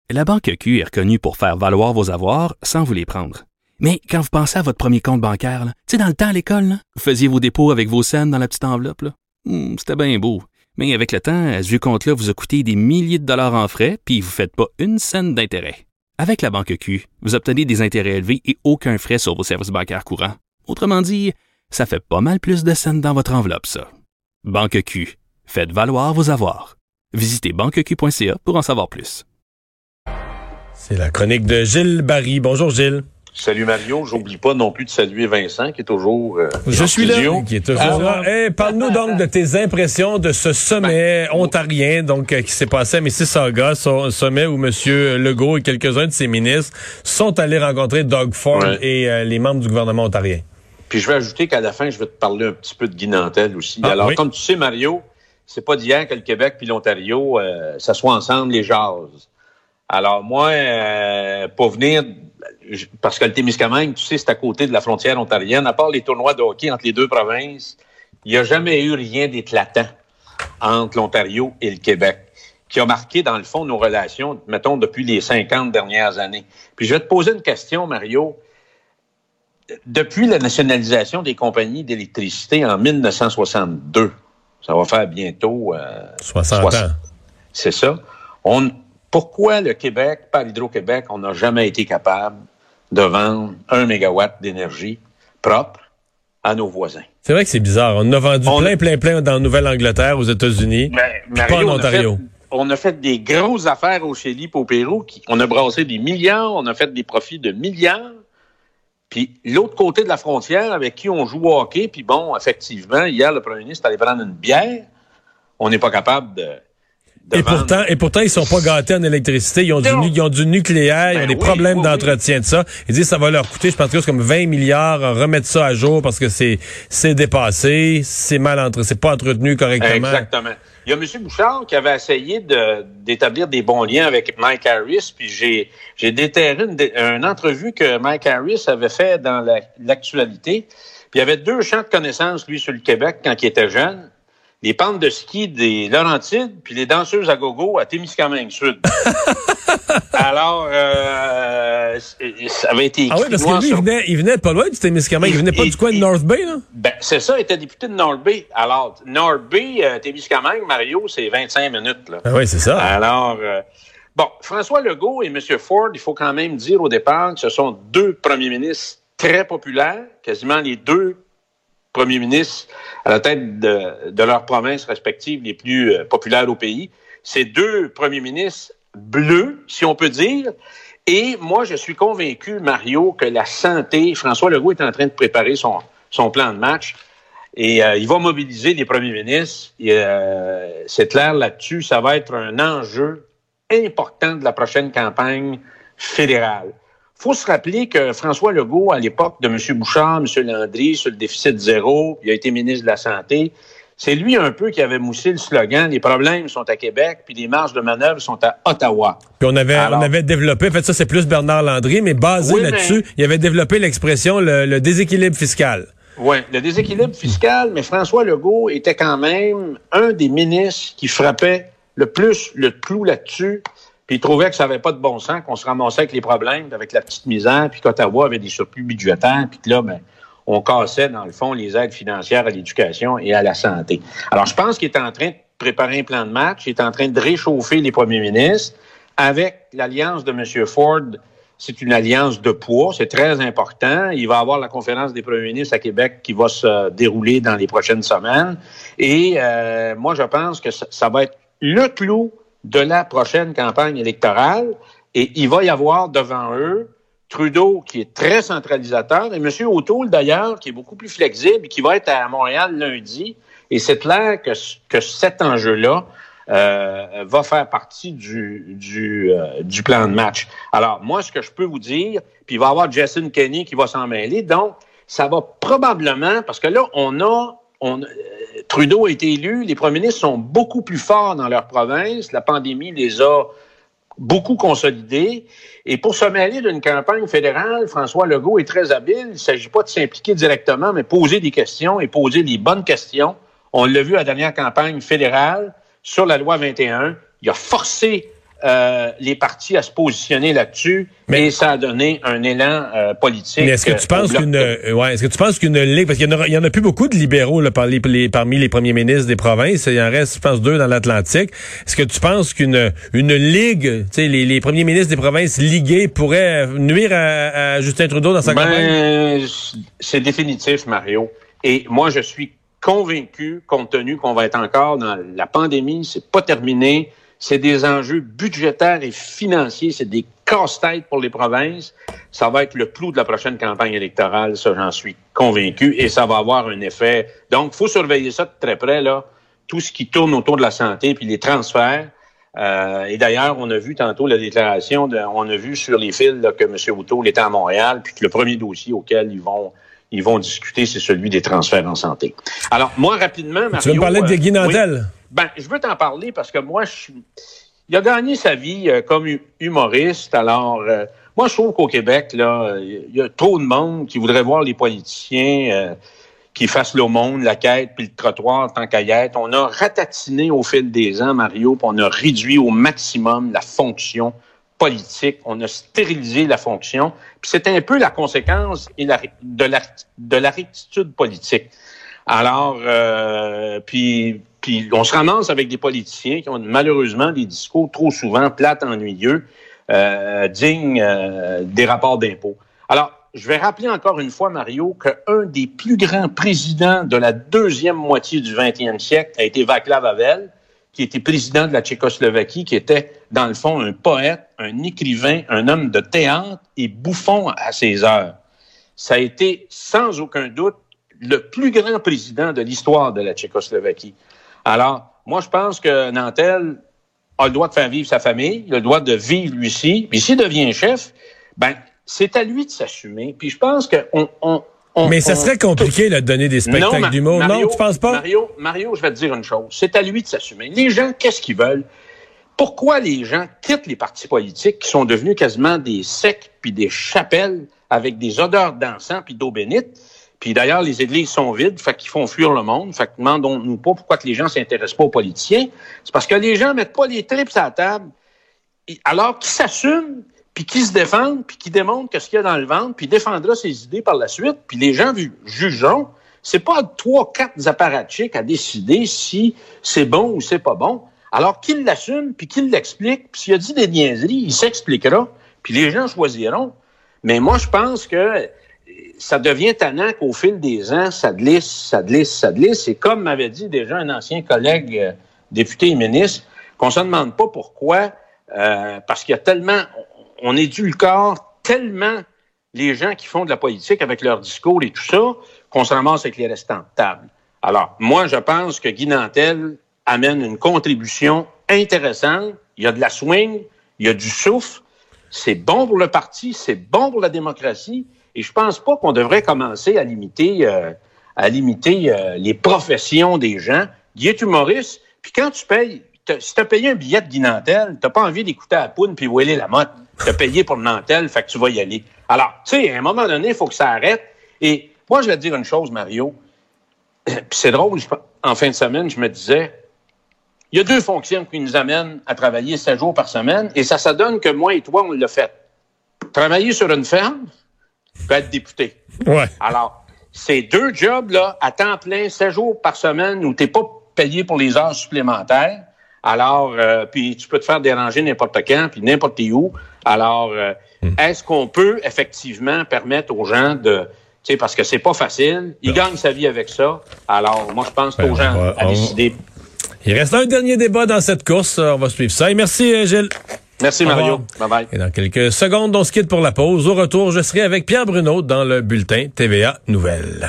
La Banque Q est reconnue pour faire valoir vos avoirs sans vous les prendre. Mais quand vous pensez à votre premier compte bancaire, tu sais, dans le temps à l'école, là, vous faisiez vos dépôts avec vos scènes dans la petite enveloppe. Là. C'était bien beau. Mais avec le temps, ce vieux compte-là vous a coûté des milliers de dollars en frais, puis vous ne faites pas une scène d'intérêt. Avec la Banque Q, vous obtenez des intérêts élevés et aucun frais sur vos services bancaires courants. Autrement dit, ça fait pas mal plus de scènes dans votre enveloppe, ça. Banque Q. Faites valoir vos avoirs. Visitez banqueq.ca pour en savoir plus. C'est la chronique de Gilles Barry. Bonjour Gilles. Salut Mario, j'oublie pas non plus de saluer Vincent qui est toujours je suis studio. Là, qui est toujours là. Hey, parle-nous donc de tes impressions de ce sommet ontarien donc qui s'est passé à Mississauga, sommet où M. Legault et quelques-uns de ses ministres sont allés rencontrer Doug Ford et les membres du gouvernement ontarien. Puis je vais ajouter qu'à la fin, je vais te parler un petit peu de Guy Nantel aussi. Alors, comme tu sais, Mario, c'est pas d'hier que le Québec puis l'Ontario s'assoient ensemble, les jases. Alors moi, pour venir, parce que le Témiscamingue, tu sais, c'est à côté de la frontière ontarienne, à part les tournois de hockey entre les deux provinces, il n'y a jamais eu rien d'éclatant entre l'Ontario et le Québec, qui a marqué, dans le fond, nos relations, mettons, depuis les 50 dernières années. Puis je vais te poser une question, Mario. Depuis la nationalisation des compagnies d'électricité en 1962, ça va faire bientôt 60 ans. C'est ça. Pourquoi le Québec, par Hydro-Québec, on n'a jamais été capable de vendre 1 mégawatt d'énergie propre à nos voisins? C'est vrai que c'est bizarre. On en a vendu plein dans la Nouvelle-Angleterre, aux États-Unis, puis pas en Ontario. On a fait des grosses affaires au Chili et au Pérou. On a brassé des milliards, on a fait des profits de milliards. Puis l'autre côté de la frontière, avec qui on joue au hockey, puis bon, effectivement, hier, le premier ministre allait prendre une bière. On n'est pas capable de Et pourtant, ils sont pas gâtés en électricité. Ils ont du nucléaire, ils ont des problèmes d'entretien de ça. Ils disent que ça va leur coûter, je pense que c'est comme 20 milliards à remettre ça à jour parce que c'est dépassé, c'est pas entretenu correctement. Exactement. Il y a M. Bouchard qui avait essayé d'établir des bons liens avec Mike Harris, puis j'ai déterré une entrevue que Mike Harris avait fait dans l'actualité. Puis il y avait 2 champs de connaissances, lui, sur le Québec quand il était jeune. Les pentes de ski des Laurentides, puis les danseuses à gogo à Témiscamingue Sud. Alors, ça avait été écrit. Ah oui, parce que lui, il venait pas loin du Témiscamingue. Il venait pas du coin de North Bay, là? Ben, c'est ça, il était député de North Bay. Alors, North Bay, Témiscamingue, Mario, c'est 25 minutes, là. Ah oui, c'est ça. Alors, François Legault et M. Ford, il faut quand même dire au départ que ce sont 2 premiers ministres très populaires, quasiment les 2 premiers ministres à la tête de leurs provinces respectives les plus populaires au pays. C'est 2 premiers ministres bleus, si on peut dire. Et moi, je suis convaincu, Mario, que la santé, François Legault est en train de préparer son plan de match et il va mobiliser les premiers ministres. C'est clair là-dessus, ça va être un enjeu important de la prochaine campagne fédérale. Faut se rappeler que François Legault, à l'époque de M. Bouchard, M. Landry, sur le déficit zéro, il a été ministre de la Santé. C'est lui un peu qui avait moussé le slogan « Les problèmes sont à Québec, puis les marges de manœuvre sont à Ottawa ». Puis on avait développé, en fait ça c'est plus Bernard Landry, mais basé là-dessus, il avait développé l'expression le déséquilibre fiscal. Oui, le déséquilibre fiscal, mais François Legault était quand même un des ministres qui frappait le plus le clou là-dessus. Puis il trouvait que ça n'avait pas de bon sens, qu'on se ramassait avec les problèmes, avec la petite misère, puis qu'Ottawa avait des surplus budgétaires, puis que là, on cassait, dans le fond, les aides financières à l'éducation et à la santé. Alors, je pense qu'il est en train de préparer un plan de match, il est en train de réchauffer les premiers ministres. Avec l'alliance de M. Ford, c'est une alliance de poids, c'est très important. Il va y avoir la conférence des premiers ministres à Québec qui va se dérouler dans les prochaines semaines. Et moi, je pense que ça va être le clou de la prochaine campagne électorale, et il va y avoir devant eux Trudeau, qui est très centralisateur, et M. O'Toole, d'ailleurs, qui est beaucoup plus flexible, et qui va être à Montréal lundi, et c'est clair que cet enjeu-là va faire partie du plan de match. Alors, moi, ce que je peux vous dire, puis il va y avoir Jason Kenney qui va s'en mêler, donc, ça va probablement, parce que là, Trudeau a été élu, les premiers ministres sont beaucoup plus forts dans leur province, la pandémie les a beaucoup consolidés, et pour se mêler d'une campagne fédérale, François Legault est très habile, il ne s'agit pas de s'impliquer directement, mais poser des questions et poser les bonnes questions. On l'a vu à la dernière campagne fédérale sur la loi 21, il a forcé les partis à se positionner là-dessus, et ça a donné un élan politique. Mais est-ce que tu penses qu'une ligue, parce qu'il y en a plus beaucoup de libéraux là, parmi les premiers ministres des provinces, il en reste, je pense, 2 dans l'Atlantique. Est-ce que tu penses qu'une ligue, tu sais, les premiers ministres des provinces ligués pourraient nuire à Justin Trudeau dans sa campagne? C'est définitif, Mario. Et moi, je suis convaincu, compte tenu qu'on va être encore dans la pandémie, c'est pas terminé. C'est des enjeux budgétaires et financiers, c'est des casse-têtes pour les provinces. Ça va être le clou de la prochaine campagne électorale, ça j'en suis convaincu, et ça va avoir un effet. Donc, il faut surveiller ça de très près, là, tout ce qui tourne autour de la santé, puis les transferts. Et d'ailleurs, on a vu tantôt la déclaration, on a vu sur les fils là, que M. O'Toole était à Montréal, puis que le premier dossier auquel ils vont discuter, c'est celui des transferts en santé. Alors, moi, rapidement, Mario... Tu veux me parler de Guy Nantel? Oui. Je veux t'en parler parce que moi, il a gagné sa vie comme humoriste. Alors, moi, je trouve qu'au Québec, là, il y a trop de monde qui voudrait voir les politiciens qui fassent l'aumône, la quête, puis le trottoir tant qu'à y être. On a ratatiné au fil des ans, Mario, puis on a réduit au maximum la fonction politique. On a stérilisé la fonction. Puis c'est un peu la conséquence de la rectitude politique. Alors, puis on se ramasse avec des politiciens qui ont malheureusement des discours trop souvent plates, ennuyeux, dignes des rapports d'impôts. Alors, je vais rappeler encore une fois, Mario, qu'un des plus grands présidents de la deuxième moitié du 20e siècle a été Václav Havel, qui était président de la Tchécoslovaquie, qui était, dans le fond, un poète, un écrivain, un homme de théâtre et bouffon à ses heures. Ça a été, sans aucun doute, le plus grand président de l'histoire de la Tchécoslovaquie. Alors, moi, je pense que Nantel a le droit de faire vivre sa famille, il a le droit de vivre lui aussi. Puis s'il devient chef, c'est à lui de s'assumer. Puis je pense que Mais ça serait compliqué de donner des spectacles d'humour. Non, tu penses pas? Mario, je vais te dire une chose. C'est à lui de s'assumer. Les gens, qu'est-ce qu'ils veulent? Pourquoi les gens quittent les partis politiques qui sont devenus quasiment des sectes puis des chapelles avec des odeurs d'encens puis d'eau bénite? Puis d'ailleurs, les églises sont vides, fait qu'ils font fuir le monde. Fait que demandons-nous pas pourquoi que les gens s'intéressent pas aux politiciens. C'est parce que les gens mettent pas les tripes à la table, alors qu'ils s'assument, puis qu'ils se défendent, puis qu'ils démontrent ce qu'il y a dans le ventre, puis défendra ses idées par la suite. Puis les gens jugeront. C'est pas 3-4 apparatchiks à décider si c'est bon ou c'est pas bon. Alors qu'il l'assume, puis qu'il l'explique, puis s'il a dit des niaiseries, il s'expliquera, puis les gens choisiront. Mais moi, je pense que ça devient tannant qu'au fil des ans, ça glisse. Et comme m'avait dit déjà un ancien collègue député et ministre, qu'on se demande pas pourquoi, parce qu'il y a tellement, on édulcore tellement les gens qui font de la politique avec leurs discours et tout ça, qu'on se ramasse avec les restants de table. Alors, moi, je pense que Guy Nantel amène une contribution intéressante. Il y a de la swing, il y a du souffle. C'est bon pour le parti, c'est bon pour la démocratie. Et je pense pas qu'on devrait commencer à limiter les professions des gens. Guy est humoriste, puis quand tu payes, si tu as payé un billet de Guy Nantel, t'as pas envie d'écouter la poune puis wheeler la motte. Tu as payé pour le Nantel, fait que tu vas y aller. Alors, tu sais, à un moment donné, il faut que ça arrête. Et moi, je vais te dire une chose, Mario. Puis c'est drôle, en fin de semaine, je me disais, il y a 2 fonctions qui nous amènent à travailler 7 jours par semaine, et ça donne que moi et toi, on l'a fait. Travailler sur une ferme, peut être député. Ouais. Alors, c'est 2 jobs, là, à temps plein, 7 jours par semaine, où t'es pas payé pour les heures supplémentaires. Alors, puis tu peux te faire déranger n'importe quand, puis n'importe où. Alors, est-ce qu'on peut effectivement permettre aux gens de... Tu sais, parce que c'est pas facile. Ils gagnent sa vie avec ça. Alors, moi, je pense qu'aux gens à décider. Il reste un dernier débat dans cette course. On va suivre ça. Et merci, Gilles. Merci, Mario. Bye-bye. Et dans quelques secondes, on se quitte pour la pause. Au retour, je serai avec Pierre Bruno dans le bulletin TVA Nouvelles.